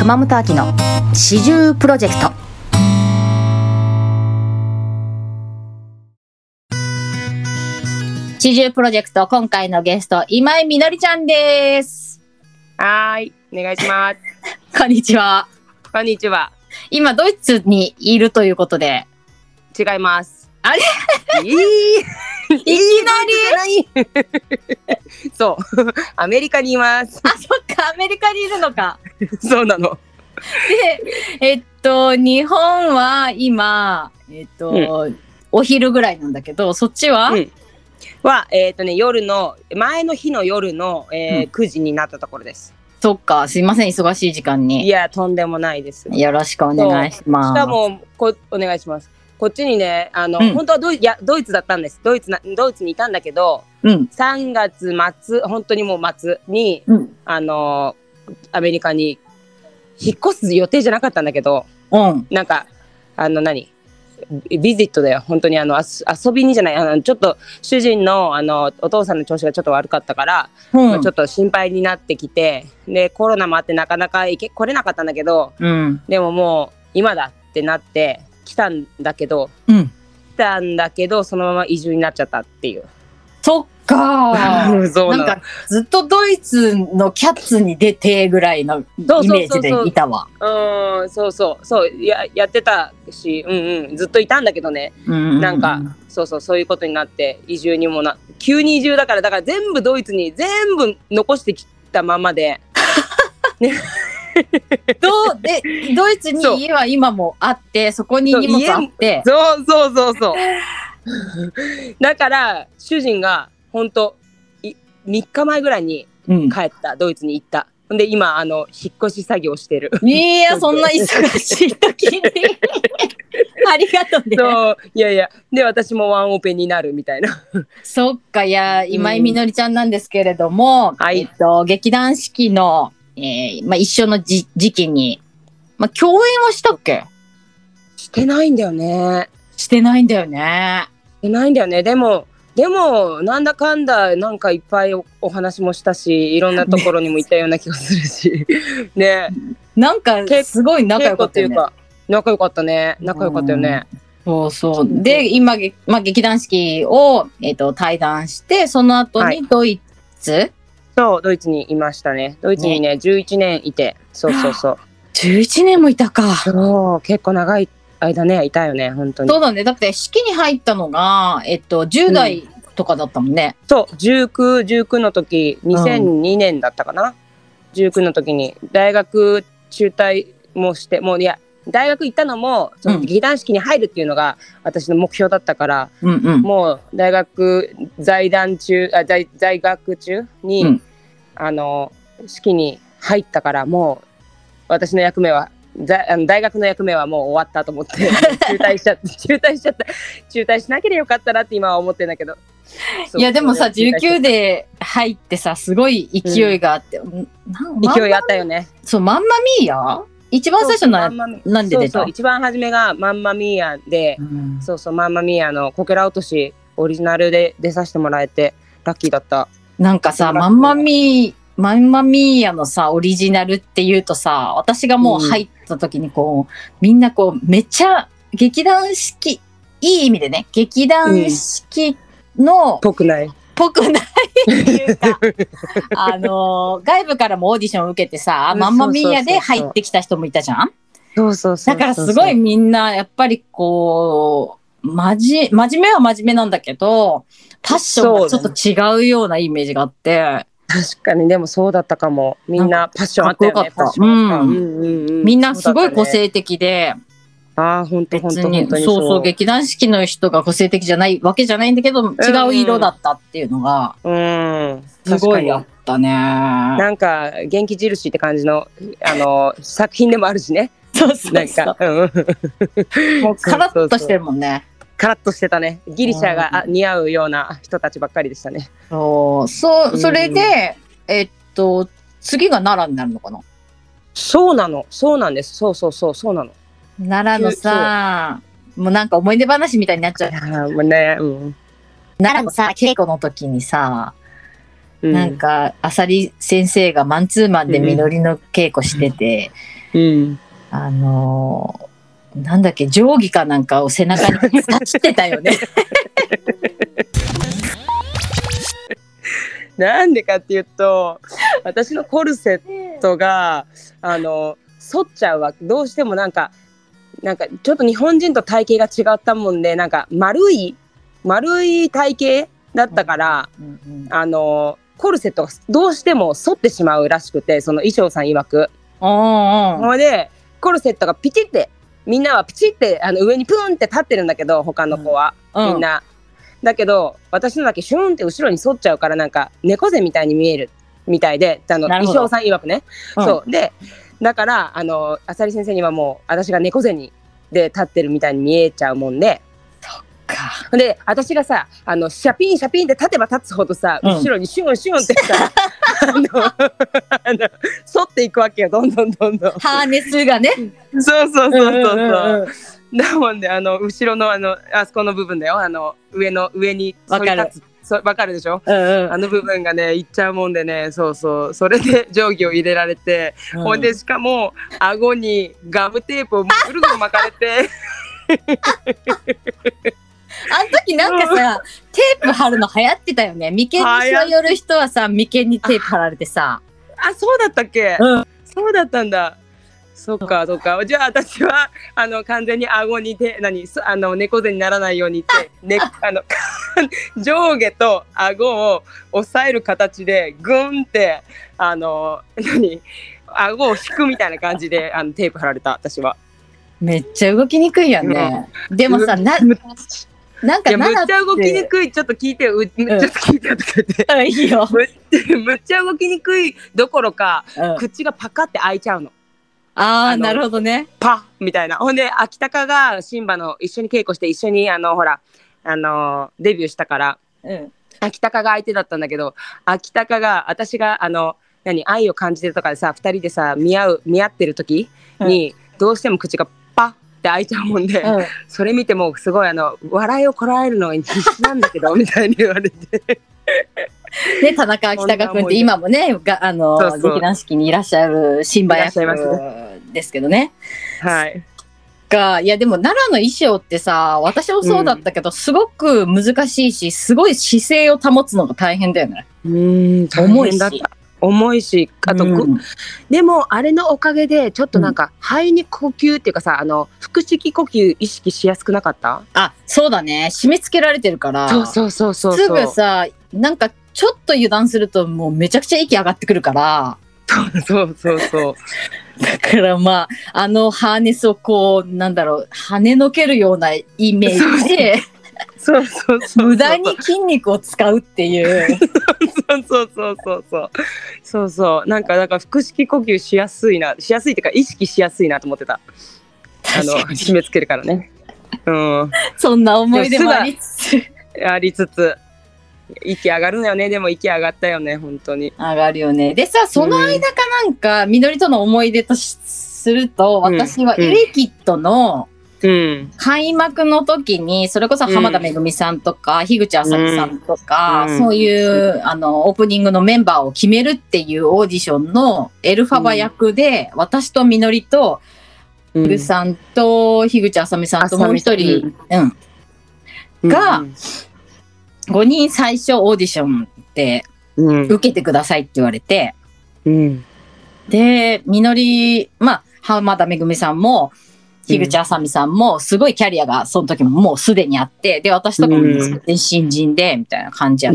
山本明の四十プロジェクト。四十プロジェクト、今回のゲスト今井みのりちゃんです。 はい、お願いします。 こんにちは。 こんにちは。 今ドイツにいるということで。 違います。 あれいきなりそうアメリカにいます。 あ、そっか、アメリカにいるのか。 そうなの。 で、日本は今お昼ぐらいなんだけど、そっちは、 夜の前の日の夜の、9時になったところです。 そっか、すいません、忙しい時間に。 いや、とんでもないです。 よろしくお願いします。 しかもお願いします。こっちにね、本当はドイツだったんです。ドイツにいたんだけど、3月末、本当にもう末に、アメリカに引っ越す予定じゃなかったんだけど、なんかビジットだよ。本当に遊びにじゃない、ちょっと主人のお父さんの調子がちょっと悪かったから、ちょっと心配になってきて、でコロナもあってなかなか来れなかったんだけど、でももう今だってなって来たんだけど、そのまま移住になっちゃったっていう。そっかそうなんかずっとドイツのキャッツに出てぐらいのイメージでいたわ。 そうやってたし、ずっといたんだけどね、なんかそういうことになって移住にも急に移住だから全部ドイツに全部残してきたままでねドイツに家は今もあって、そこに荷物あって、 そうだから主人が本当3日前ぐらいに帰った、ドイツに行った。で今引っ越し作業してる。 いやそんな忙しい時にありがとうね。 そういやで私もワンオペになるみたいな。 そっか。いや今井みのりちゃんなんですけれども、劇団四季の一緒の時期に、共演はしたっけ？ してないんだよね。 してないんだよね。 でもなんだかんだなんかいっぱい お話もしたし、いろんなところにも行ったような気がするしね。 なんかすごい仲良かったよね。 仲良かったよね。 そうで今、劇団四季を、退団して、その後にドイツ、 ドイツにいましたね。ドイツにね11年いて、そう 11年もいたか。 そう結構長い間ねいたよね、本当に。 そうだね。だって式に入ったのが10代とかだったもんね。 そう19の時、2002年だったかな。19の時に大学中退もして、大学行ったのもその劇団四季に入るっていうのが私の目標だったから、もう大学在学中に、式に入ったから、もう私の役目は大学の役目はもう終わったと思って中退しなければよかったなって今は思ってんだけど。 いやでもさ、19で入ってさ、すごい勢いがあって、 勢いあったよね。 そう、マンマミーヤ一番最初なんで出た？ 一番初めがマンマミーヤで、マンマミーヤのこけら落としオリジナルで出させてもらえてラッキーだった。なんかさ、 マンマミーヤのさオリジナルっていうとさ、私がもう入った時にみんなめっちゃ劇団四季、いい意味でね、劇団四季のぽくないっていうか外部からもオーディションを受けてさ、マンマミーヤで入ってきた人もいたじゃん。だからすごいみんなやっぱり真面目は真面目なんだけど、パッションがちょっと違うようなイメージがあって。 確かに、でもそうだったかも。みんなパッションあったよね。 みんなすごい個性的で、 本当にそう劇団四季の人が個性的じゃないわけじゃないんだけど、違う色だったっていうのがすごいあったね。 なんか元気印って感じの作品でもあるしね。 そうもうカラッとしてるもんね。 カラッとしてたね。ギリシャが似合うような人たちばっかりでしたね。 それで次が奈良になるのかな。 そうなんです。そうなの。 奈良のさ、もうなんか思い出話みたいになっちゃう。 もうね、 奈良のさ、稽古の時にさ、なんか浅利先生がマンツーマンでみのりの稽古してて、 うん、 なんだっけ、定規かなんかを背中に刺してたよね。 なんでかっていうと、私のコルセットが反っちゃうわ。どうしてもなんかちょっと日本人と体型が違ったもんで、なんか丸い体型だったから、コルセットがどうしても反ってしまうらしくて、その衣装さん曰く。それでコルセットがピチって、みんなはピチって上にプーンって立ってるんだけど、他の子は、みんなだけど私のだけシューンって後ろに反っちゃうから、なんか猫背みたいに見えるみたいで、衣装さん曰くね、そうで、だからあさり先生にはもう私が猫背で立ってるみたいに見えちゃうもんで、で私がさシャピンシャピンって立てば立つほどさ、後ろにシュンシュンってさ反っていくわけよ、どんどんハーネスがね。 そうだもんで、後ろのあそこの部分だよ、上に反り立つ、わかるでしょ、部分がねいっちゃうもんでね、それで定規を入れられて、ほんでしかも顎にガムテープをぐるぐる巻かれてあの時なんかさ、テープ貼るの流行ってたよね。眉間にしわ寄る人はさ、眉間にテープ貼られてさ。 あ、そうだったっけ、そうだったんだ。そっか。じゃあ私は完全に顎に猫背にならないように上下と顎を押さえる形でグンって顎を引くみたいな感じでテープ貼られた、私は。 めっちゃ動きにくいやんね。でもさ、なんかむっちゃ動きにくい、ちょっと聞いてよ、ちょっと聞いてよとか言って、 いいよ。 むっちゃ動きにくいどころか、口がパカって開いちゃうの。 なるほどね。 パッみたいな。ほんで秋高がシンバの一緒に稽古して、一緒にほらデビューしたから、秋高が相手だったんだけど、秋高が私が愛を感じてるとかでさ、2人でさ見合ってる時に、どうしても口がパッって開いちゃうもんで、それ見てもすごい笑いをこらえるのに必死なんだけどみたいに言われてで田中秋高君って今もね劇団四季にいらっしゃるシンバ役ですけどね。 はい。 いやでも奈良の衣装ってさ、私もそうだったけど、すごく難しいし、すごい姿勢を保つのが大変だよね。 重いし、あと、でもあれのおかげでちょっとなんか肺に呼吸っていうかさ、腹式呼吸意識しやすくなかった？ そうだね、締め付けられてるから、 そうすぐさ、なんかちょっと油断するともうめちゃくちゃ息上がってくるから。 そうだからハーネスをこう跳ねのけるようなイメージで無駄に筋肉を使うっていうそうなんか腹式呼吸しやすいっていうか、意識しやすいなと思ってた。締め付けるからね。 そんな思い出もありつつ息上がるのよね。でも息上がったよね、本当に上がるよね。でさ、その間かなんか、みのりとの思い出とすると、私はイレキッドの開幕の時に、それこそ浜田めぐみさんとか樋口あさみさんとか、そういうオープニングのメンバーを決めるっていうオーディションのエルファバ役で、私とみのりとひぐさんと樋口あさみさんともう一人が5人最初オーディションで受けてくださいって言われて、でみのり、浜田めぐみさんも樋口あさみさんもすごいキャリアがその時ももうすでにあって、で私とかも新人でみたいな感じやって、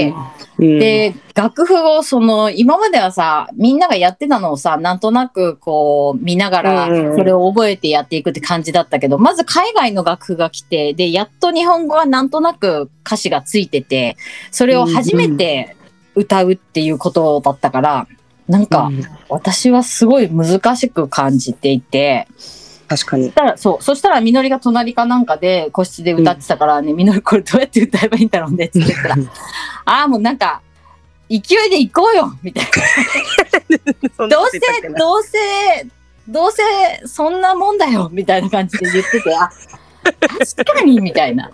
で楽譜を今まではさ、みんながやってたのをさ、なんとなくこう見ながらそれを覚えてやっていくって感じだったけど、まず海外の楽譜が来て、でやっと日本語はなんとなく歌詞がついてて、それを初めて歌うっていうことだったから、なんか私はすごい難しく感じていて。 確かに。 そしたらみのりが隣かなんかで個室で歌ってたからね、みのりこれどうやって歌えばいいんだろうねって言ったらもうなんか勢いで行こうよみたいなどうせそんなもんだよみたいな感じで言ってて、確かにみたいな。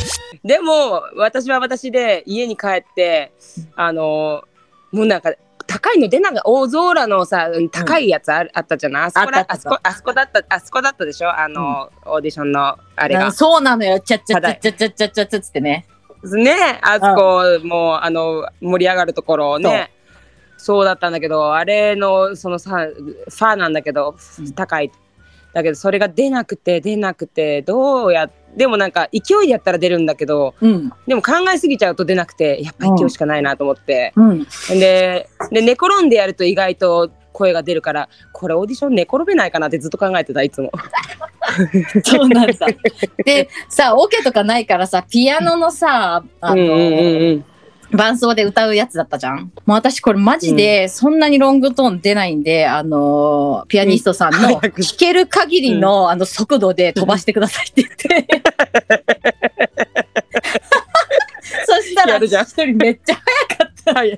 でも私は私で家に帰ってもうなんか高いの出なが大ゾーラのさ高いやつあったじゃない、あそこだったでしょ、オーディションのあれが。 そうなのよ、ちゃっちゃっちゃっちゃっちゃっちゃっちゃっちゃってね。 ね、あそこ、もう盛り上がるところね。そうだったんだけど、あれのそのさファーなんだけど高い。だけどそれが出なくてでもなんか勢いでやったら出るんだけど、でも考えすぎちゃうと出なくて、やっぱ勢いしかないなと思って、で寝転んでやると意外と声が出るから、これオーディション寝転べないかなってずっと考えてた、いつも。 そうなんだ。でさ、オケとかないからさ、ピアノのさ伴奏で歌うやつだったじゃん。もう私これマジでそんなにロングトーン出ないんで、ピアニストさんの弾ける限りの速度で飛ばしてくださいって言って。そしたら一人めっちゃ速かった。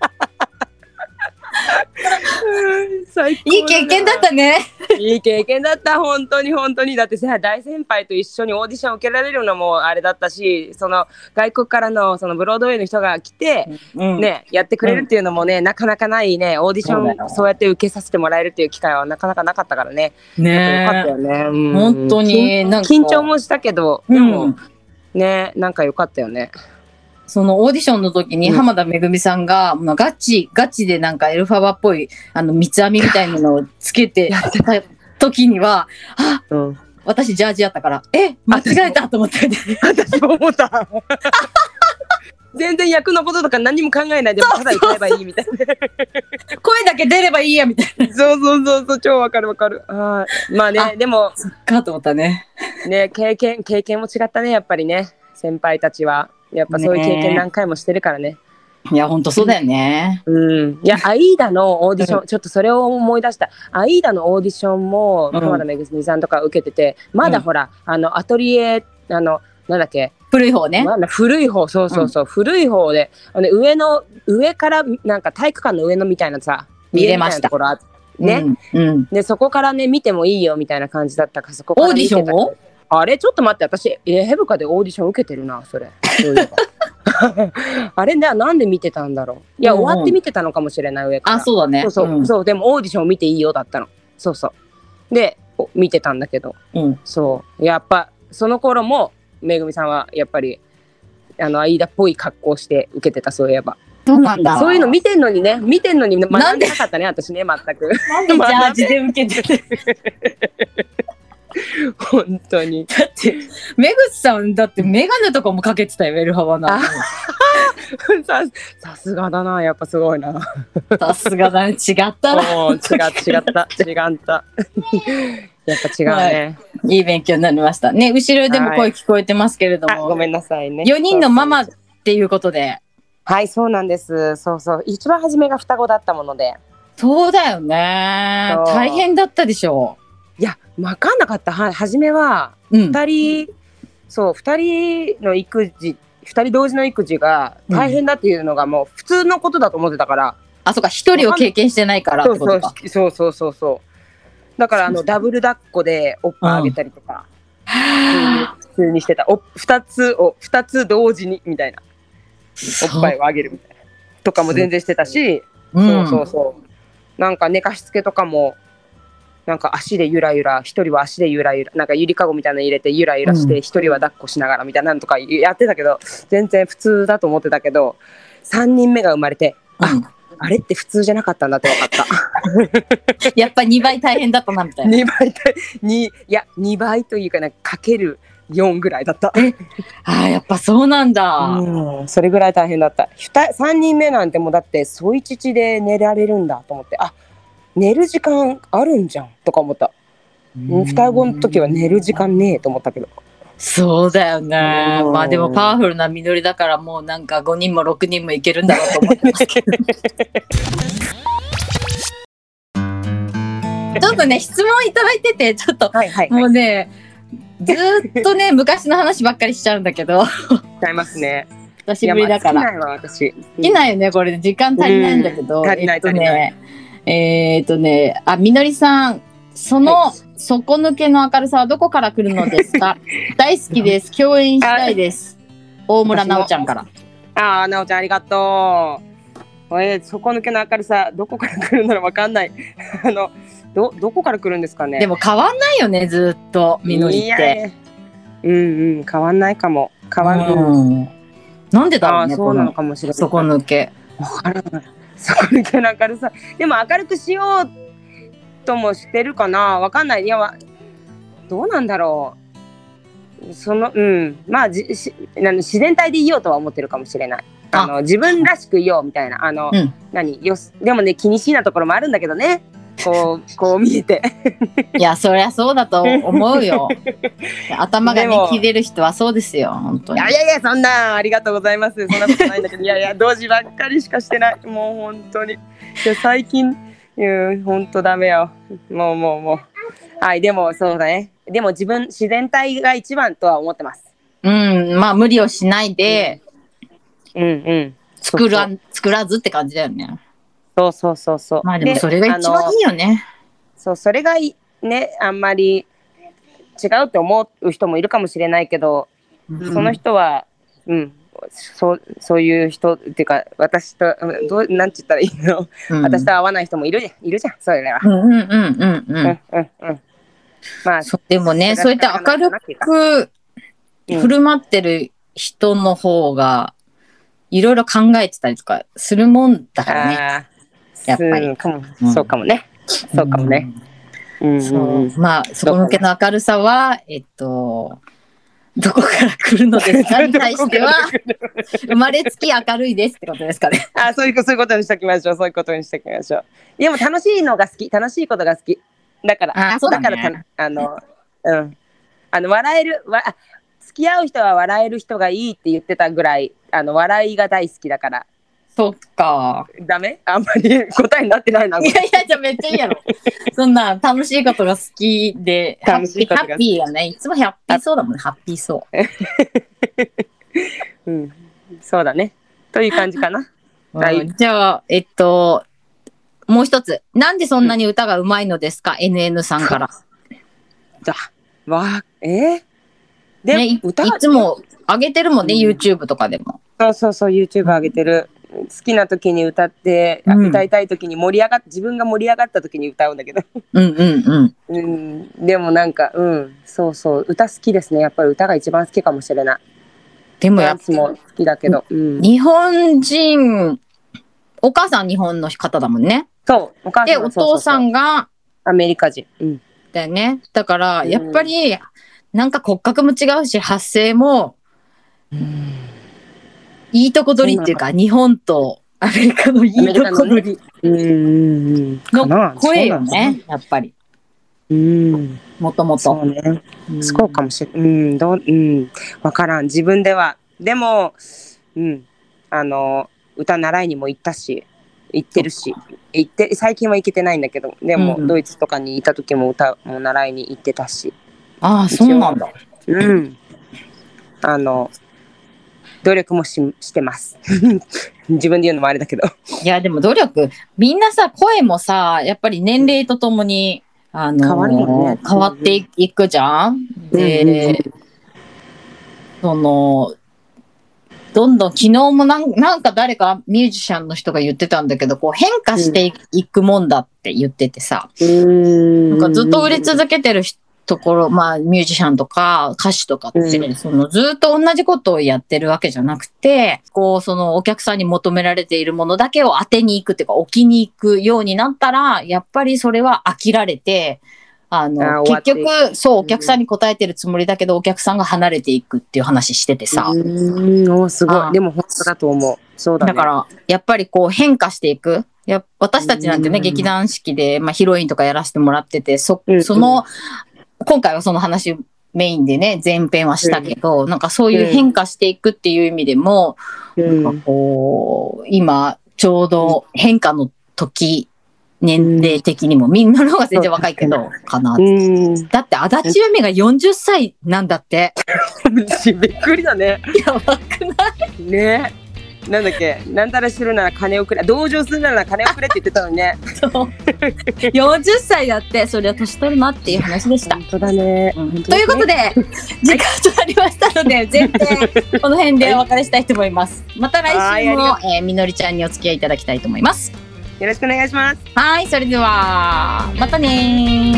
いい経験だったね。 いい経験だった、本当に。だってさ、大先輩と一緒にオーディション受けられるのもあれだったし、その外国からのそのブロードウェイの人が来て、ね、やってくれるっていうのもね、なかなかないね。オーディションそうやって受けさせてもらえるっていう機会はなかなかなかったからね。よかったよね。 本当になんか緊張もしたけど、でもね、なんかよかったよね。 そのオーディションの時に浜田めぐみさんが、ガチでなんかエルファバっぽい三つ編みみたいなのをつけてた時には、私ジャージやったから、間違えたと思って。 私も思った。全然役のこととか何も考えないで、ただ歌えばいいみたいな。 声だけ出ればいいやみたいな。 そう、超わかる。まあね、でもそっかと思ったね。 ね、経験も違ったね、やっぱりね。先輩たちはやっぱそういう経験何回もしてるからね。 いや、ほんとそうだよね。 いや、アイーダのオーディション、ちょっとそれを思い出した。アイーダのオーディションも浜田めぐみさんとか受けてて、まだほらアトリエなんだっけ、 古い方ね。 古い方、そう、古い方で上からなんか体育館の上のみたいなさ見れました。 ね、でそこからね見てもいいよみたいな感じだったから、そこから見てた。オーディションを？ あれちょっと待って、私ヘブカでオーディション受けてるな、それ。あれね、なんで見てたんだろう。いや、終わって見てたのかもしれない、上から。 あ、そうだね。 そう、でもオーディション見ていいよだったの。そうで見てたんだけど、そうやっぱその頃もめぐみさんはやっぱりアイーダっぽい格好して受けてた、そういえば。 そうなんだ。 そういうの見てんのに学んでなかったね、私ね、全く。 なんでジャージで受けて本当に。 だってめぐさんだってメガネとかもかけてたよ、エルハバな。 さすがだな、やっぱすごいな。 さすがだね、違ったな。 違った。やっぱ違うね。 いい勉強になりましたね。後ろでも声聞こえてますけれども、 ごめんなさいね。 4人のママっていうことで。 はい、そうなんです。そう、一番初めが双子だったもので。 そうだよね。大変だったでしょう。 いや、分かんなかった。初めは2人の育児、2人同時の育児が大変だっていうのがもう普通のことだと思ってたから。 あ、そうか、1人を経験してないからってことか。 そう。だからダブル抱っこでおっぱいあげたりとか、普通にしてた。2つ同時にみたいな。おっぱいをあげるみたいなとかも全然してたし、そうなんか寝かしつけとかもなんか足でゆらゆら、一人は足でゆらゆら、なんかゆりかごみたいなの入れてゆらゆらして、一人は抱っこしながらみたいなのとかやってたけど、全然普通だと思ってたけど、3人目が生まれて、あれって普通じゃなかったんだって分かった。 やっぱ2倍大変だったなみたいな。 2倍というかね、かける4ぐらいだった。 やっぱそうなんだ。 それぐらい大変だった。3人目なんてもうだってソイチチで寝られるんだと思って、寝る時間あるんじゃんとか思った。双子の時は寝る時間ねえと思ったけど。そうだよね。まあでもパワフルなみのりだからもうなんか5人も6人もいけるんだろうと思ってますけど。ちょっとね、質問いただいてて、ちょっと、もうね、ずっとね、昔の話ばっかりしちゃうんだけど。 しちゃいますね。 久しぶりだから。 好きないわ、私。 好きないよね、これ、時間足りないんだけど。 足りない。 みのりさん、底抜けの明るさはどこから来るのですか？大好きです。共演したいです。大村奈緒ちゃんから。 奈緒ちゃんありがとう。 底抜けの明るさ、どこから来るんだろう、わかんない。どこから来るんですかね。 でも変わんないよね、ずっとみのりって。 変わんないかも。 なんでだろうね。 そうなのかもしれない。 底抜け。 わからない。底抜けの明るさ。でも明るくしようともしてるかな。わかんない。いや、どうなんだろう。まあ自然体でいようとは思ってるかもしれない。自分らしくいようみたいな。でもね、気にしいなところもあるんだけどね。こう見えて。 いや、そりゃそうだと思うよ。頭がね、切れる人はそうですよ、本当に。 いや、そんな、ありがとうございます。そんなことないんだけど、いや、同時ばっかりしかしてない。もう本当に。最近、本当ダメよ。もう。はい、でもそうだね。でも自然体が一番とは思ってます。 まあ無理をしないで、作らずって感じだよね。 そう。 まあでもそれが一番いいよね。 それがね、あんまり違うって思う人もいるかもしれないけど、その人は、そういう人っていうか、私となんて言ったらいいの、私と合わない人もいるじゃん、それは。まあでもね、そうやって明るく振る舞ってる人の方がいろいろ考えてたりとかするもんだからね。やっぱり。 そうかもね。 まあ、底抜けの明るさは、どこから来るのですかに対しては、生まれつき明るいですってことですかね。 そういうことにしておきましょう。でも楽しいのが好き。楽しいことが好き。だから、笑える、付き合う人は笑える人がいいって言ってたぐらい、笑いが大好きだから。 そっか。 ダメ？あんまり答えになってないな。 いや、じゃあめっちゃいいやろ。そんな楽しいことが好きで、ハッピーよね。いつもハッピーそうだもんね。ハッピーそう。 そうだね。という感じかな。 じゃあ、もう一つ。なんでそんなに歌がうまいのですか、NN さんから。 で、 ね、いつも上げてるもんね、YouTube とかでも。 そう、YouTube 上げてる。好きな時に歌って、歌いたい時に自分が盛り上がった時に歌うんだけど。でもなんか、そう、歌好きですね。やっぱり歌が一番好きかもしれない。 でもダンスも好きだけど。 日本人、お母さん日本の方だもんね。 そう、お母さん。 で、お父さんがアメリカ人。 だよね。だから、やっぱり、なんか骨格も違うし、発声も、いいとこ取りっていうか、日本とアメリカのいいとこ取りの声よね、やっぱり。もともと。 そうね。そうかもしれない。わからん。自分では。でも、歌習いにも行ったし、行ってるし、最近は行けてないんだけど、でも、ドイツとかにいた時も歌も習いに行ってたし。 ああ、そうなんだ。 努力もしてます。自分で言うのもあれだけど。 いや、でも努力、みんなさ、声もさ、やっぱり年齢とともに、変わっていくじゃん。で、どんどん昨日もなんか誰かミュージシャンの人が言ってたんだけど、こう変化していくもんだって言っててさ、なんかずっと売れ続けてるところ、まあミュージシャンとか歌手とかって、ずっと同じことをやってるわけじゃなくて、こうお客さんに求められているものだけを当てに行くっていうか置きに行くようになったら、やっぱりそれは飽きられて、結局、お客さんに応えてるつもりだけど、お客さんが離れていくっていう話しててさ。 すごい。でも本当だと思う。そうだね。 だから、やっぱりこう変化していく。私たちなんてね、劇団四季で、ヒロインとかやらせてもらってて、今回はその話メインでね、前編はしたけど、なんかそういう変化していくっていう意味でも、なんかこう、今、ちょうど変化の時、年齢的にも、みんなの方が全然若いけど、かな。だって、足立由美が40歳なんだって。 びっくりだね。 やばくないね。 なんだっけ、なんたらするなら金をくれ、同情するなら金をくれって言ってたのにね。 そう。40歳だって、それは年取るなっていう話でした。 本当だね。 ということで、時間となりましたので、全然この辺でお別れしたいと思います。また来週も、みのりちゃんにお付き合いいただきたいと思います。 よろしくお願いします。 はい、それでは、またねー。